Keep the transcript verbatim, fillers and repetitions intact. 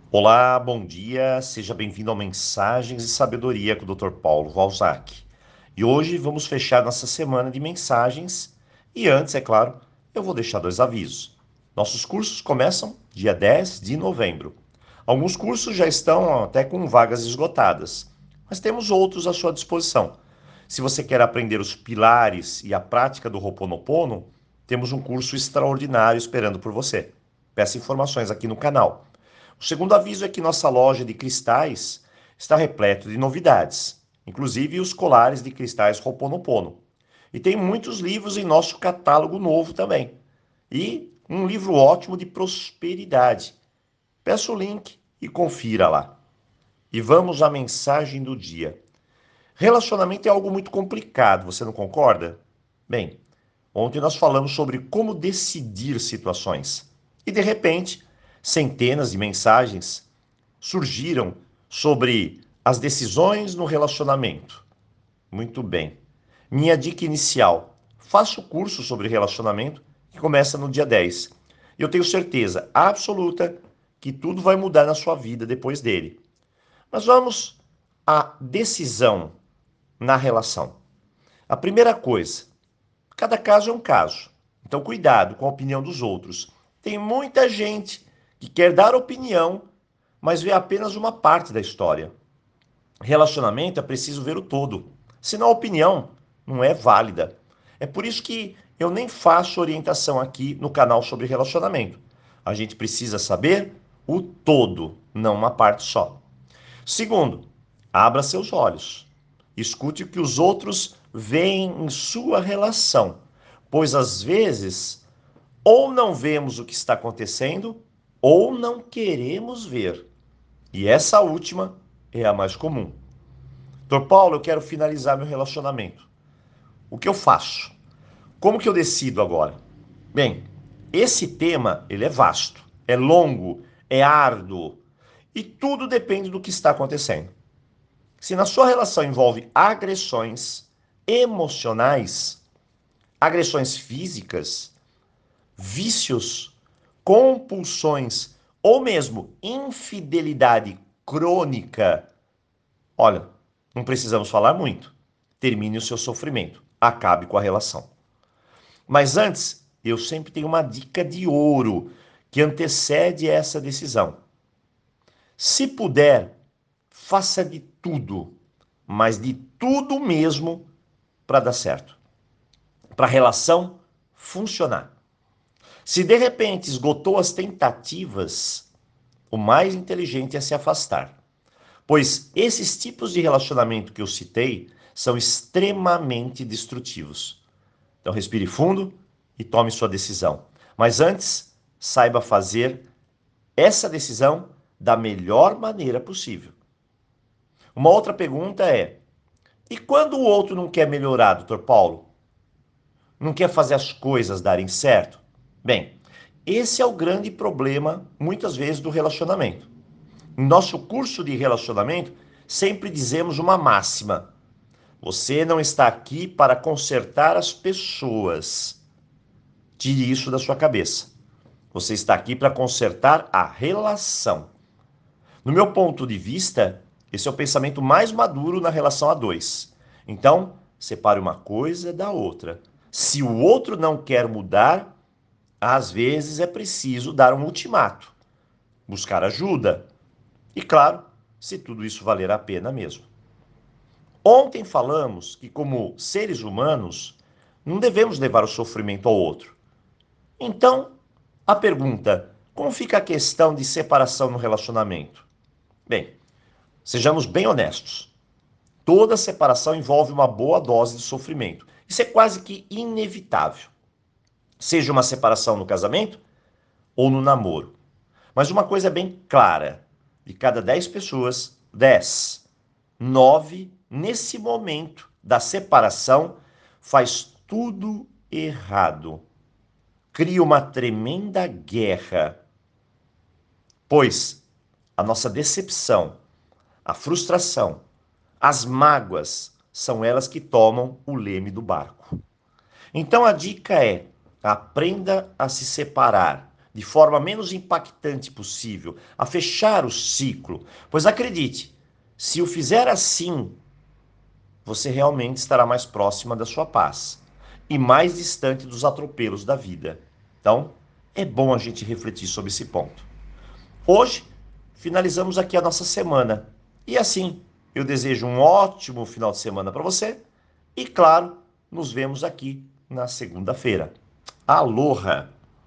Olá, bom dia, seja bem-vindo ao Mensagens e Sabedoria com o doutor Paulo Valzac. E hoje vamos fechar nossa semana de mensagens e antes, é claro, eu vou deixar dois avisos. Nossos cursos começam dia dez de novembro. Alguns cursos já estão até com vagas esgotadas, mas temos outros à sua disposição. Se você quer aprender os pilares e a prática do Ho'oponopono, temos um curso extraordinário esperando por você. Peça informações aqui no canal. O segundo aviso é que nossa loja de cristais está repleta de novidades, inclusive os colares de cristais Ho'oponopono. E tem muitos livros em nosso catálogo novo também. E um livro ótimo de prosperidade. Peça o link e confira lá. E vamos à mensagem do dia. Relacionamento é algo muito complicado, você não concorda? Bem, ontem nós falamos sobre como decidir situações. E de repente, centenas de mensagens surgiram sobre as decisões no relacionamento. Muito bem. Minha dica inicial: faça o curso sobre relacionamento que começa no dia dez. Eu tenho certeza absoluta que tudo vai mudar na sua vida depois dele. Mas vamos à decisão na relação. A primeira coisa, cada caso é um caso. Então, cuidado com a opinião dos outros. Tem muita gente que quer dar opinião, mas vê apenas uma parte da história. Relacionamento é preciso ver o todo, senão a opinião não é válida. É por isso que eu nem faço orientação aqui no canal sobre relacionamento. A gente precisa saber o todo, não uma parte só. Segundo, abra seus olhos. Escute o que os outros veem em sua relação, pois às vezes ou não vemos o que está acontecendo ou não queremos ver. E essa última é a mais comum. doutor Paulo, eu quero finalizar meu relacionamento. O que eu faço? Como que eu decido agora? Bem, esse tema ele é vasto, é longo, é árduo e tudo depende do que está acontecendo. Se na sua relação envolve agressões emocionais, agressões físicas, vícios, compulsões ou mesmo infidelidade crônica, olha, não precisamos falar muito. Termine o seu sofrimento, acabe com a relação. Mas antes, eu sempre tenho uma dica de ouro que antecede essa decisão. Se puder, faça de tudo, mas de tudo mesmo para dar certo, para a relação funcionar. Se de repente esgotou as tentativas, o mais inteligente é se afastar, pois esses tipos de relacionamento que eu citei são extremamente destrutivos. Então respire fundo e tome sua decisão. Mas antes, saiba fazer essa decisão da melhor maneira possível. Uma outra pergunta é: e quando o outro não quer melhorar, doutor Paulo? Não quer fazer as coisas darem certo? Bem, esse é o grande problema, muitas vezes, do relacionamento. Em nosso curso de relacionamento, sempre dizemos uma máxima: você não está aqui para consertar as pessoas. Tire isso da sua cabeça. Você está aqui para consertar a relação. No meu ponto de vista, esse é o pensamento mais maduro na relação a dois. Então, separe uma coisa da outra. Se o outro não quer mudar, às vezes é preciso dar um ultimato, buscar ajuda. E claro, se tudo isso valer a pena mesmo. Ontem falamos que, como seres humanos, não devemos levar o sofrimento ao outro. Então, a pergunta: como fica a questão de separação no relacionamento? Bem, sejamos bem honestos. Toda separação envolve uma boa dose de sofrimento. Isso é quase que inevitável. Seja uma separação no casamento ou no namoro. Mas uma coisa é bem clara: de cada dez pessoas, dez, nove, nesse momento da separação, faz tudo errado. Cria uma tremenda guerra, pois a nossa decepção, a frustração, as mágoas são elas que tomam o leme do barco. Então a dica é: aprenda a se separar de forma menos impactante possível, a fechar o ciclo. Pois acredite, se o fizer assim, você realmente estará mais próxima da sua paz e mais distante dos atropelos da vida. Então, é bom a gente refletir sobre esse ponto. Hoje, finalizamos aqui a nossa semana. E assim, eu desejo um ótimo final de semana para você e, claro, nos vemos aqui na segunda-feira. Aloha!